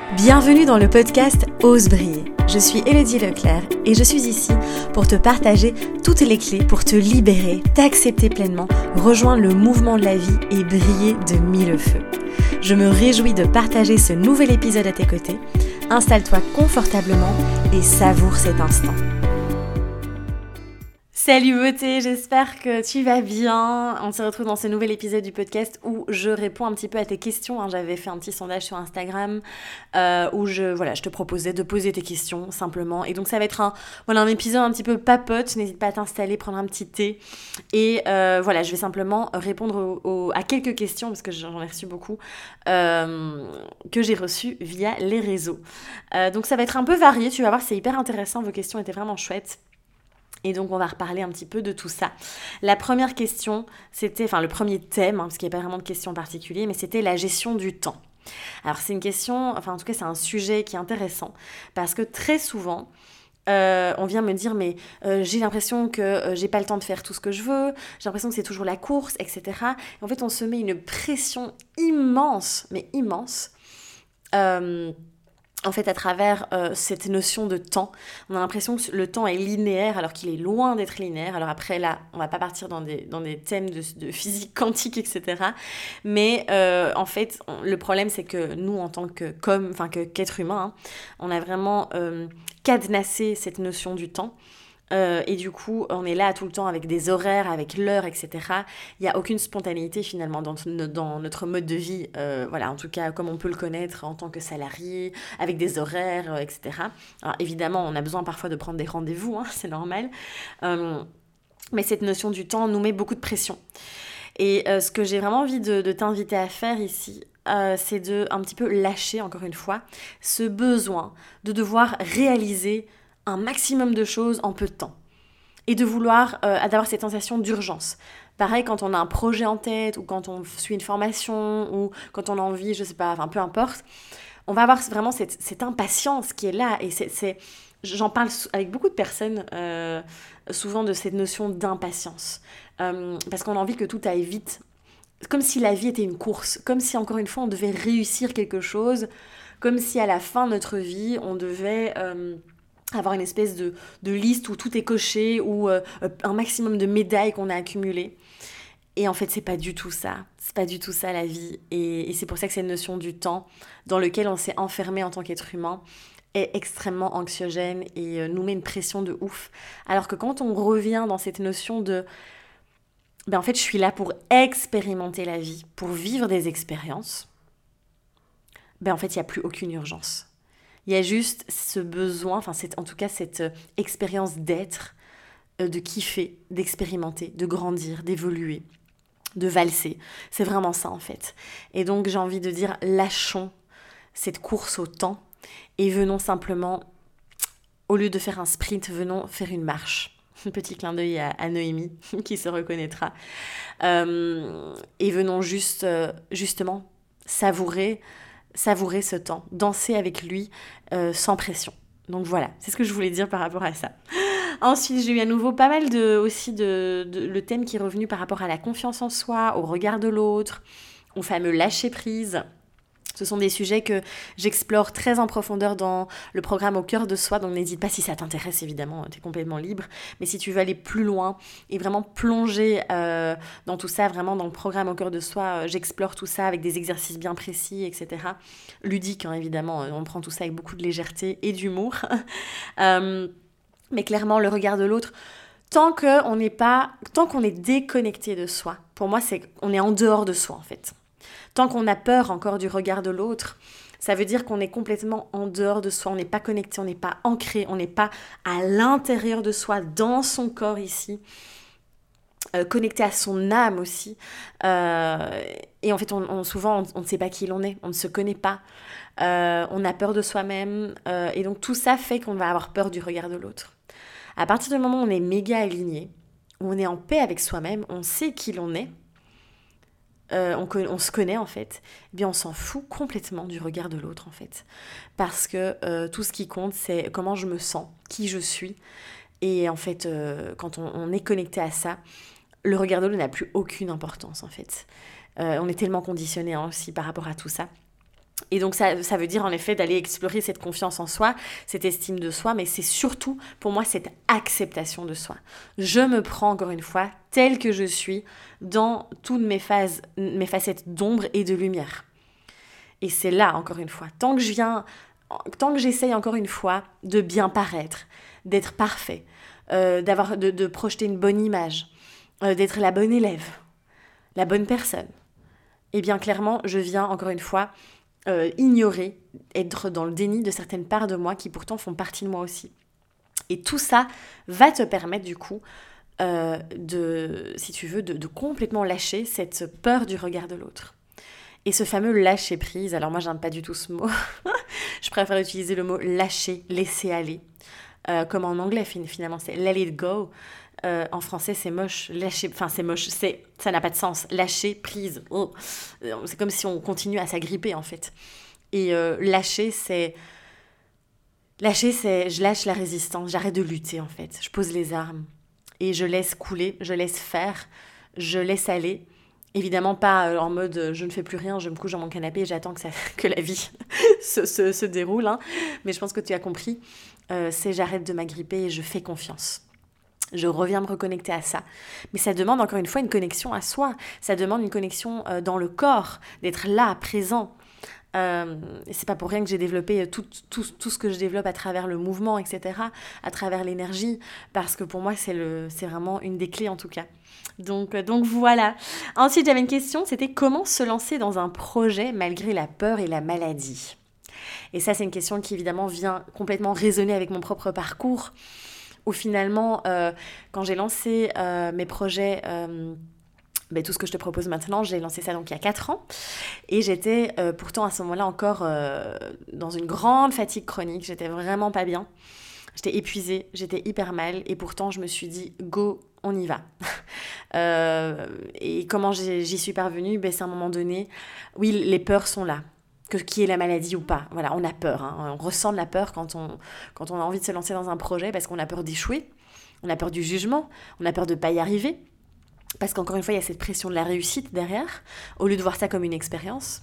Bienvenue dans le podcast Ose briller. Je suis Élodie Leclerc et je suis ici pour te partager toutes les clés pour te libérer, t'accepter pleinement, rejoindre le mouvement de la vie et briller de mille feux. Je me réjouis de partager ce nouvel épisode à tes côtés. Installe-toi confortablement et savoure cet instant. Salut beauté, j'espère que tu vas bien. On se retrouve dans ce nouvel épisode du podcast où je réponds un petit peu à tes questions. J'avais fait un petit sondage sur Instagram où je te proposais de poser tes questions simplement. Et donc ça va être un épisode un petit peu papote. N'hésite pas à t'installer, prendre un petit thé. Et je vais simplement répondre à quelques questions parce que j'en ai reçu beaucoup que j'ai reçues via les réseaux. Donc ça va être un peu varié, tu vas voir, c'est hyper intéressant. Vos questions étaient vraiment chouettes. Et donc, on va reparler un petit peu de tout ça. La première question, le premier thème, parce qu'il n'y a pas vraiment de question en particulier, mais c'était la gestion du temps. Alors, c'est une question, en tout cas, c'est un sujet qui est intéressant, parce que très souvent, on vient me dire, mais j'ai l'impression que j'ai pas le temps de faire tout ce que je veux, j'ai l'impression que c'est toujours la course, etc. Et en fait, on se met une pression immense, mais immense, à travers cette notion de temps. On a l'impression que le temps est linéaire alors qu'il est loin d'être linéaire. Alors après, là, on va pas partir dans des thèmes de physique quantique, etc. Mais le problème, c'est que nous, en tant qu'être humain, on a vraiment cadenassé cette notion du temps. Et du coup, on est là tout le temps avec des horaires, avec l'heure, etc. Il n'y a aucune spontanéité finalement dans notre mode de vie, en tout cas comme on peut le connaître en tant que salarié, avec des horaires, etc. Alors évidemment, on a besoin parfois de prendre des rendez-vous, c'est normal. Mais cette notion du temps nous met beaucoup de pression. Et ce que j'ai vraiment envie de t'inviter à faire ici, c'est de un petit peu lâcher, encore une fois, ce besoin de devoir réaliser un maximum de choses en peu de temps et de vouloir d'avoir cette sensation d'urgence. Pareil quand on a un projet en tête ou quand on suit une formation ou quand on a envie, je sais pas, peu importe, on va avoir vraiment cette impatience qui est là et j'en parle avec beaucoup de personnes souvent de cette notion d'impatience parce qu'on a envie que tout aille vite, comme si la vie était une course, comme si encore une fois on devait réussir quelque chose, comme si à la fin de notre vie on devait avoir une espèce de liste où tout est coché, ou un maximum de médailles qu'on a accumulées. Et en fait, c'est pas du tout ça. C'est pas du tout ça la vie. Et c'est pour ça que cette notion du temps, dans lequel on s'est enfermé en tant qu'être humain, est extrêmement anxiogène et nous met une pression de ouf. Alors que quand on revient dans cette notion de... je suis là pour expérimenter la vie, pour vivre des expériences. Il n'y a plus aucune urgence. Il y a juste ce besoin, cette expérience d'être, de kiffer, d'expérimenter, de grandir, d'évoluer, de valser. C'est vraiment ça en fait. Et donc j'ai envie de dire, lâchons cette course au temps et venons simplement, au lieu de faire un sprint, venons faire une marche. Un petit clin d'œil à Noémie qui se reconnaîtra. Et venons justement savourer ce temps, danser avec lui sans pression. Donc voilà, c'est ce que je voulais dire par rapport à ça. Ensuite, j'ai eu à nouveau pas mal le thème qui est revenu par rapport à la confiance en soi, au regard de l'autre, au fameux lâcher prise. Ce sont des sujets que j'explore très en profondeur dans le programme Au cœur de soi, donc n'hésite pas si ça t'intéresse, évidemment, tu es complètement libre. Mais si tu veux aller plus loin et vraiment plonger dans tout ça, vraiment dans le programme Au cœur de soi, j'explore tout ça avec des exercices bien précis, etc. Ludique, évidemment, on prend tout ça avec beaucoup de légèreté et d'humour. Mais clairement, le regard de l'autre, tant qu'on est déconnecté de soi, pour moi, c'est qu'on est en dehors de soi, en fait. Tant qu'on a peur encore du regard de l'autre, ça veut dire qu'on est complètement en dehors de soi, on n'est pas connecté, on n'est pas ancré, on n'est pas à l'intérieur de soi, dans son corps ici, connecté à son âme aussi. Et en fait, souvent, on ne sait pas qui l'on est, on ne se connaît pas, on a peur de soi-même, et donc tout ça fait qu'on va avoir peur du regard de l'autre. À partir du moment où on est méga aligné, où on est en paix avec soi-même, on sait qui l'on est, on se connaît en fait, eh bien on s'en fout complètement du regard de l'autre en fait. Parce que tout ce qui compte, c'est comment je me sens, qui je suis. Et en fait, quand on est connecté à ça, le regard de l'autre n'a plus aucune importance en fait. On est tellement conditionné aussi par rapport à tout ça. Et donc ça veut dire en effet d'aller explorer cette confiance en soi, cette estime de soi, mais c'est surtout pour moi cette acceptation de soi. Je me prends encore une fois telle que je suis dans toutes mes facettes d'ombre et de lumière. Et c'est là encore une fois, tant que j'essaye encore une fois de bien paraître, d'être parfait, de projeter une bonne image, d'être la bonne élève, la bonne personne, eh bien clairement je viens encore une fois ignorer, être dans le déni de certaines parts de moi qui pourtant font partie de moi aussi. Et tout ça va te permettre du coup si tu veux, de complètement lâcher cette peur du regard de l'autre. Et ce fameux lâcher prise, alors moi j'aime pas du tout ce mot, je préfère utiliser le mot lâcher, laisser aller, comme en anglais finalement c'est let it go. En français, c'est moche. C'est moche. Ça n'a pas de sens. Lâcher prise. Oh. C'est comme si on continue à s'agripper, en fait. Et lâcher, c'est je lâche la résistance. J'arrête de lutter, en fait. Je pose les armes. Et je laisse couler, je laisse faire, je laisse aller. Évidemment, pas en mode je ne fais plus rien, je me couche dans mon canapé et j'attends que la vie se déroule. Hein. Mais je pense que tu as compris. C'est j'arrête de m'agripper et je fais confiance. Je reviens me reconnecter à ça. Mais ça demande encore une fois une connexion à soi. Ça demande une connexion dans le corps, d'être là, présent. Et c'est pas pour rien que j'ai développé tout ce que je développe à travers le mouvement, etc., à travers l'énergie, parce que pour moi, c'est vraiment une des clés en tout cas. Donc voilà. Ensuite, j'avais une question, c'était comment se lancer dans un projet malgré la peur et la maladie ? Et ça, c'est une question qui évidemment vient complètement résonner avec mon propre parcours, où finalement, quand j'ai lancé mes projets, tout ce que je te propose maintenant, j'ai lancé ça donc il y a 4 ans. Et j'étais pourtant à ce moment-là encore dans une grande fatigue chronique. J'étais vraiment pas bien. J'étais épuisée, j'étais hyper mal. Et pourtant, je me suis dit, go, on y va. Et comment j'y suis parvenue ? C'est à un moment donné, oui, les peurs sont là. Qu'il y ait la maladie ou pas. Voilà, on a peur. Hein. On ressent de la peur quand on a envie de se lancer dans un projet parce qu'on a peur d'échouer, on a peur du jugement, on a peur de ne pas y arriver. Parce qu'encore une fois, il y a cette pression de la réussite derrière, au lieu de voir ça comme une expérience.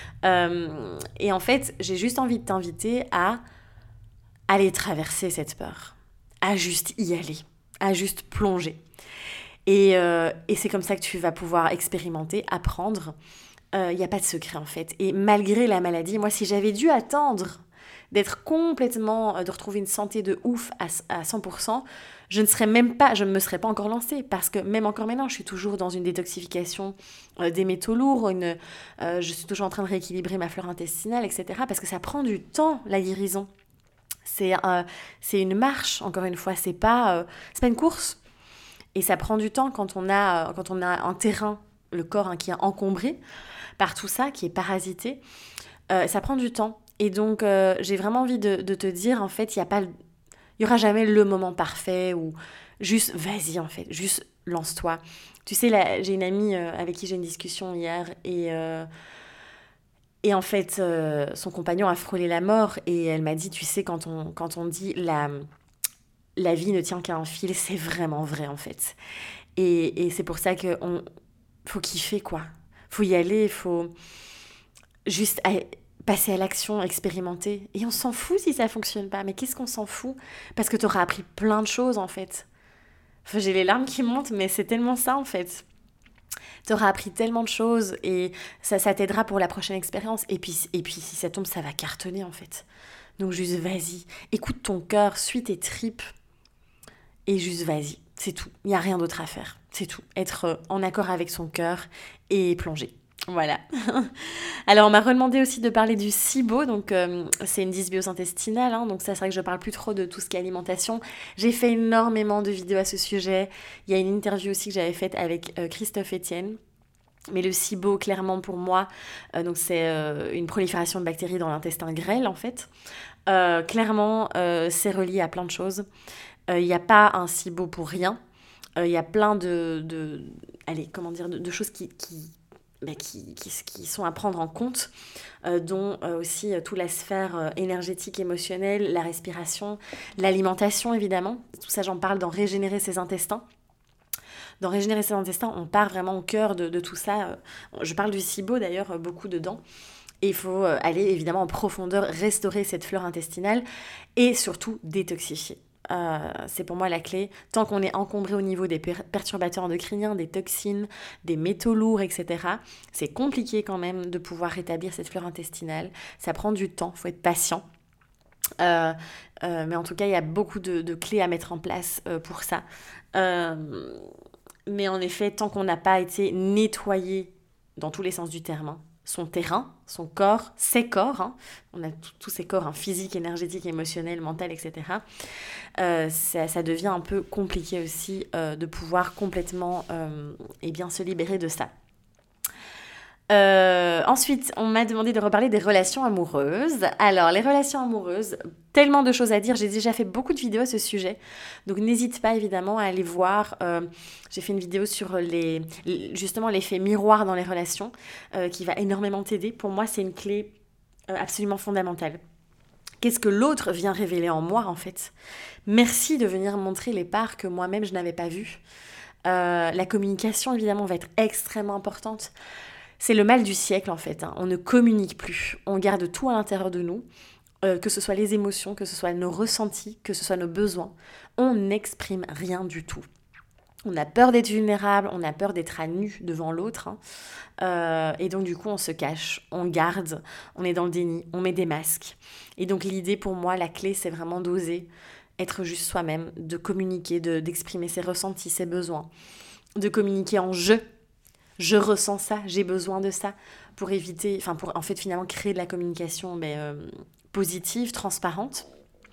Et en fait, j'ai juste envie de t'inviter à aller traverser cette peur, à juste y aller, à juste plonger. Et c'est comme ça que tu vas pouvoir expérimenter, apprendre. Il n'y a pas de secret en fait. Et malgré la maladie, moi si j'avais dû attendre d'être complètement, de retrouver une santé de ouf à 100%, je ne me serais pas encore lancée. Parce que même encore maintenant, je suis toujours dans une détoxification des métaux lourds, je suis toujours en train de rééquilibrer ma flore intestinale, etc. Parce que ça prend du temps, la guérison. C'est une marche, encore une fois, c'est pas une course. Et ça prend du temps quand on a un terrain, le corps qui est encombré par tout ça, qui est parasité, ça prend du temps. Et donc, j'ai vraiment envie de te dire, en fait, il y aura jamais le moment parfait ou juste, vas-y, en fait, juste lance-toi. Tu sais, là, j'ai une amie avec qui j'ai une discussion hier et en fait, son compagnon a frôlé la mort et elle m'a dit, tu sais, quand on dit la vie ne tient qu'à un fil, c'est vraiment vrai, en fait. Et c'est pour ça qu'on faut kiffer, quoi. Faut y aller, faut juste passer à l'action, expérimenter. Et on s'en fout si ça fonctionne pas. Mais qu'est-ce qu'on s'en fout ? Parce que t'auras appris plein de choses, en fait. Enfin, j'ai les larmes qui montent, mais c'est tellement ça, en fait. T'auras appris tellement de choses et ça t'aidera pour la prochaine expérience. Et puis si ça tombe, ça va cartonner, en fait. Donc juste vas-y. Écoute ton cœur, suis tes tripes. Et juste vas-y. C'est tout. Il n'y a rien d'autre à faire. C'est tout. Être en accord avec son cœur et plonger. Voilà. Alors, on m'a redemandé aussi de parler du SIBO. Donc, c'est une dysbiose intestinale. Hein, donc, ça, c'est vrai que je ne parle plus trop de tout ce qui est alimentation. J'ai fait énormément de vidéos à ce sujet. Il y a une interview aussi que j'avais faite avec Christophe Etienne. Mais le SIBO, clairement, pour moi, donc c'est une prolifération de bactéries dans l'intestin grêle, en fait. Clairement, c'est relié à plein de choses. Il n'y a pas un SIBO pour rien. Il y a plein de choses qui sont à prendre en compte, dont aussi toute la sphère énergétique, émotionnelle, la respiration, l'alimentation, évidemment. Tout ça, j'en parle dans Régénérer ses intestins. Dans Régénérer ses intestins, on part vraiment au cœur de tout ça. Je parle du SIBO, d'ailleurs, beaucoup dedans. Et il faut aller évidemment en profondeur, restaurer cette flore intestinale et surtout détoxifier. C'est pour moi la clé. Tant qu'on est encombré au niveau des perturbateurs endocriniens, des toxines, des métaux lourds, etc., c'est compliqué quand même de pouvoir rétablir cette flore intestinale. Ça prend du temps, il faut être patient. Mais en tout cas, il y a beaucoup de clés à mettre en place pour ça. Mais en effet, tant qu'on n'a pas été nettoyé dans tous les sens du terme, hein, son terrain, son corps, ses corps, hein, on a tous ces corps, hein, physiques, énergétiques, émotionnels, mentaux, etc., ça devient un peu compliqué aussi de pouvoir complètement se libérer de ça. Ensuite, on m'a demandé de reparler des relations amoureuses. Alors, les relations amoureuses, tellement de choses à dire. J'ai déjà fait beaucoup de vidéos à ce sujet. Donc, n'hésite pas évidemment à aller voir. J'ai fait une vidéo sur justement l'effet miroir dans les relations qui va énormément t'aider. Pour moi, c'est une clé absolument fondamentale. Qu'est-ce que l'autre vient révéler en moi, en fait ? Merci de venir montrer les parts que moi-même, je n'avais pas vues. La communication, évidemment, va être extrêmement importante. C'est le mal du siècle en fait, hein. On ne communique plus, on garde tout à l'intérieur de nous, que ce soit les émotions, que ce soit nos ressentis, que ce soit nos besoins. On n'exprime rien du tout. On a peur d'être vulnérable, on a peur d'être à nu devant l'autre, hein. Et donc du coup on se cache, on garde, on est dans le déni, on met des masques. Et donc l'idée pour moi, la clé c'est vraiment d'oser être juste soi-même, de communiquer, d'exprimer ses ressentis, ses besoins, de communiquer en je. Je ressens ça, j'ai besoin de ça pour éviter, pour en fait finalement créer de la communication positive, transparente.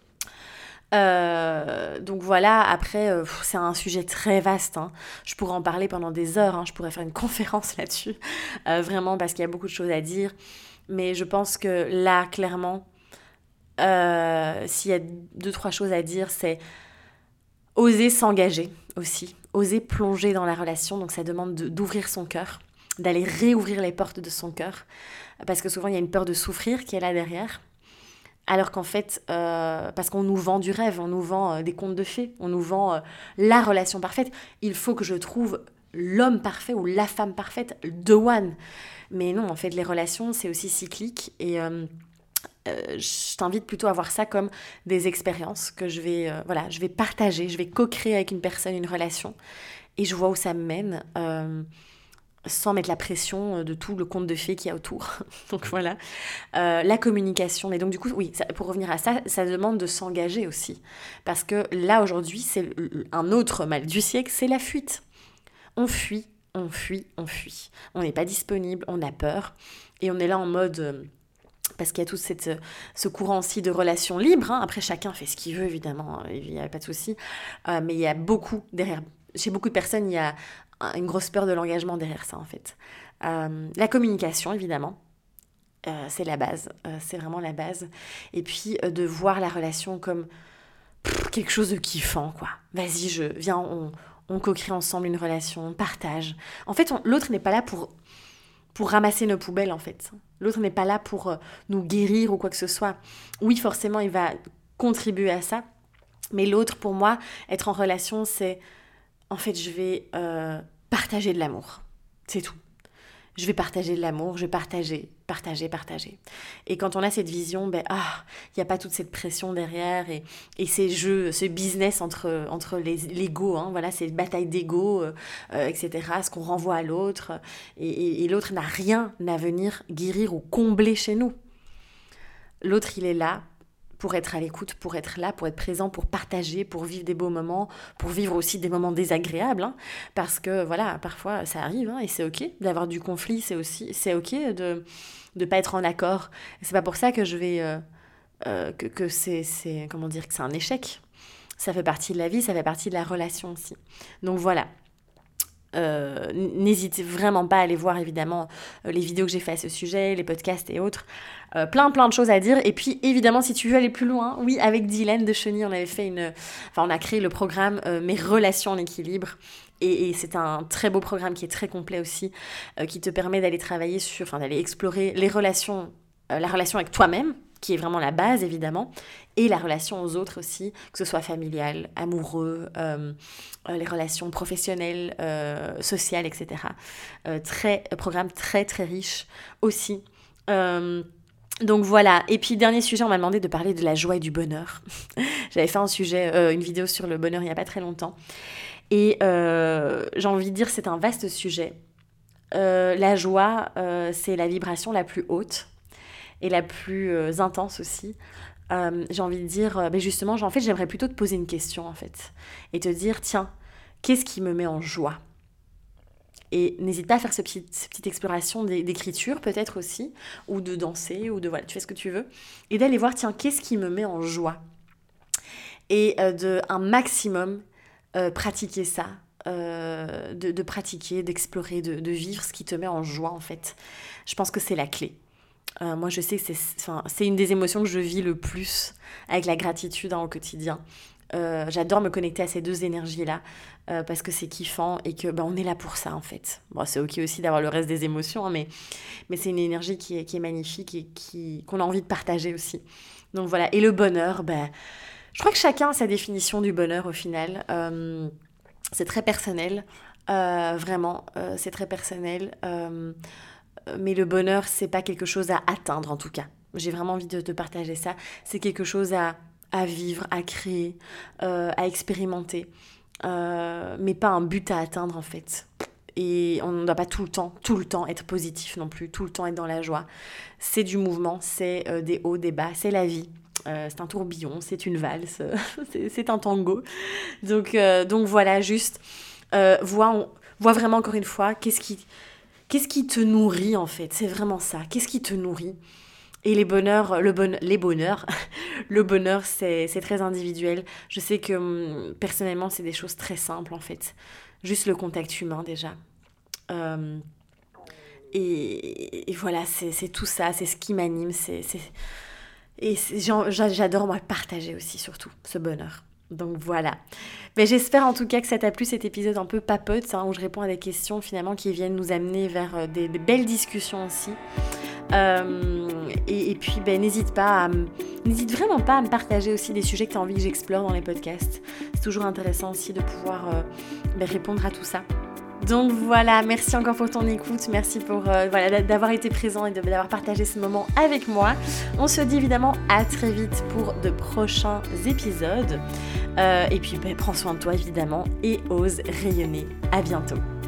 Donc voilà, après c'est un sujet très vaste, hein. Je pourrais en parler pendant des heures, hein. Je pourrais faire une conférence là-dessus, vraiment parce qu'il y a beaucoup de choses à dire. Mais je pense que là, clairement, s'il y a 2-3 choses à dire, c'est oser s'engager aussi, oser plonger dans la relation, donc ça demande d'ouvrir son cœur, d'aller réouvrir les portes de son cœur, parce que souvent il y a une peur de souffrir qui est là derrière, alors qu'en fait, parce qu'on nous vend du rêve, on nous vend des contes de fées, on nous vend la relation parfaite, il faut que je trouve l'homme parfait ou la femme parfaite, the one. Mais non, en fait, les relations, c'est aussi cyclique, et je t'invite plutôt à voir ça comme des expériences que je vais partager, je vais co-créer avec une personne une relation et je vois où ça me mène sans mettre la pression de tout le conte de fées qu'il y a autour. Donc voilà, la communication. Et donc du coup, oui, pour revenir à ça, ça demande de s'engager aussi. Parce que là, aujourd'hui, c'est un autre mal du siècle, c'est la fuite. On fuit, on fuit, on fuit. On n'est pas disponible, on a peur et on est là en mode... parce qu'il y a tout ce courant aussi de relations libres, hein. Après, chacun fait ce qu'il veut, évidemment, il n'y a pas de souci. Mais il y a beaucoup derrière. Chez beaucoup de personnes, il y a une grosse peur de l'engagement derrière ça, en fait. La communication, évidemment, c'est la base. C'est vraiment la base. Et puis, de voir la relation comme quelque chose de kiffant, quoi. Vas-y, viens, on co-crée ensemble une relation, on partage. En fait, l'autre n'est pas là pour ramasser nos poubelles, en fait. L'autre n'est pas là pour nous guérir ou quoi que ce soit. Oui, forcément, il va contribuer à ça. Mais l'autre, pour moi, être en relation, c'est... En fait, je vais partager de l'amour. C'est tout. Je vais partager de l'amour, je vais partager. Et quand on a cette vision, il n'y a pas toute cette pression derrière et ces jeux, ce business entre l'ego, hein, voilà, ces batailles d'ego, etc., ce qu'on renvoie à l'autre. Et l'autre n'a rien à venir guérir ou combler chez nous. L'autre, il est là pour être à l'écoute, pour être là, pour être présent, pour partager, pour vivre des beaux moments, pour vivre aussi des moments désagréables, hein, parce que voilà, parfois ça arrive, hein, et c'est ok d'avoir du conflit, c'est ok de pas être en accord. C'est pas pour ça que je vais que c'est comment dire, que c'est un échec. Ça fait partie de la vie, ça fait partie de la relation aussi. Donc voilà. N'hésitez vraiment pas à aller voir évidemment les vidéos que j'ai fait à ce sujet, les podcasts et autres, plein de choses à dire. Et puis évidemment, si tu veux aller plus loin, oui, avec Dylan de Cheny, on a créé le programme Mes relations en équilibre. Et c'est un très beau programme qui est très complet aussi, qui te permet d'aller d'aller explorer les relations, la relation avec toi-même, qui est vraiment la base évidemment, et la relation aux autres aussi, que ce soit familial, amoureux, les relations professionnelles, sociales, etc. Programme très très riche aussi. Donc voilà, et puis dernier sujet, on m'a demandé de parler de la joie et du bonheur. J'avais fait une vidéo sur le bonheur il n'y a pas très longtemps. Et j'ai envie de dire c'est un vaste sujet. La joie, c'est la vibration la plus haute et la plus intense aussi. J'ai envie de dire, justement, j'aimerais plutôt te poser une question en fait. Et te dire, tiens, qu'est-ce qui me met en joie ? Et n'hésite pas à faire cette petite exploration d'écriture peut-être aussi, ou de danser, ou de voilà, tu fais ce que tu veux. Et d'aller voir, tiens, qu'est-ce qui me met en joie ? Et de un maximum pratiquer ça, de pratiquer, d'explorer, de vivre ce qui te met en joie en fait. Je pense que c'est la clé. Moi je sais que c'est une des émotions que je vis le plus avec la gratitude au quotidien. J'adore me connecter à ces deux énergies-là parce que c'est kiffant et que on est là pour ça en fait. Bon, c'est ok aussi d'avoir le reste des émotions, hein, mais c'est une énergie qui est magnifique et qu'on a envie de partager aussi. Donc voilà, et le bonheur, je crois que chacun a sa définition du bonheur au final. C'est très personnel, vraiment, c'est très personnel. Mais le bonheur, c'est pas quelque chose à atteindre en tout cas. J'ai vraiment envie de te partager ça. C'est quelque chose à vivre, à créer, à expérimenter. Mais pas un but à atteindre en fait. Et on ne doit pas tout le temps être positif non plus, tout le temps être dans la joie. C'est du mouvement, c'est des hauts, des bas, c'est la vie. C'est un tourbillon, c'est une valse, c'est un tango. Donc voilà, juste vois vraiment encore une fois qu'est-ce qui te nourrit en fait. C'est vraiment ça. Qu'est-ce qui te nourrit ? Et le bonheur, c'est très individuel. Je sais que personnellement, c'est des choses très simples en fait. Juste le contact humain déjà. Et voilà, c'est tout ça, c'est ce qui m'anime. J'adore moi partager aussi surtout ce bonheur. Donc voilà. Mais j'espère en tout cas que ça t'a plu cet épisode un peu papote, où je réponds à des questions finalement qui viennent nous amener vers des belles discussions aussi. Et puis n'hésite vraiment pas à me partager aussi des sujets que tu as envie que j'explore dans les podcasts. C'est toujours intéressant aussi de pouvoir répondre à tout ça. Donc voilà, merci encore pour ton écoute, merci pour d'avoir été présent et d'avoir partagé ce moment avec moi. On se dit évidemment à très vite pour de prochains épisodes. Et puis prends soin de toi évidemment et ose rayonner. À bientôt.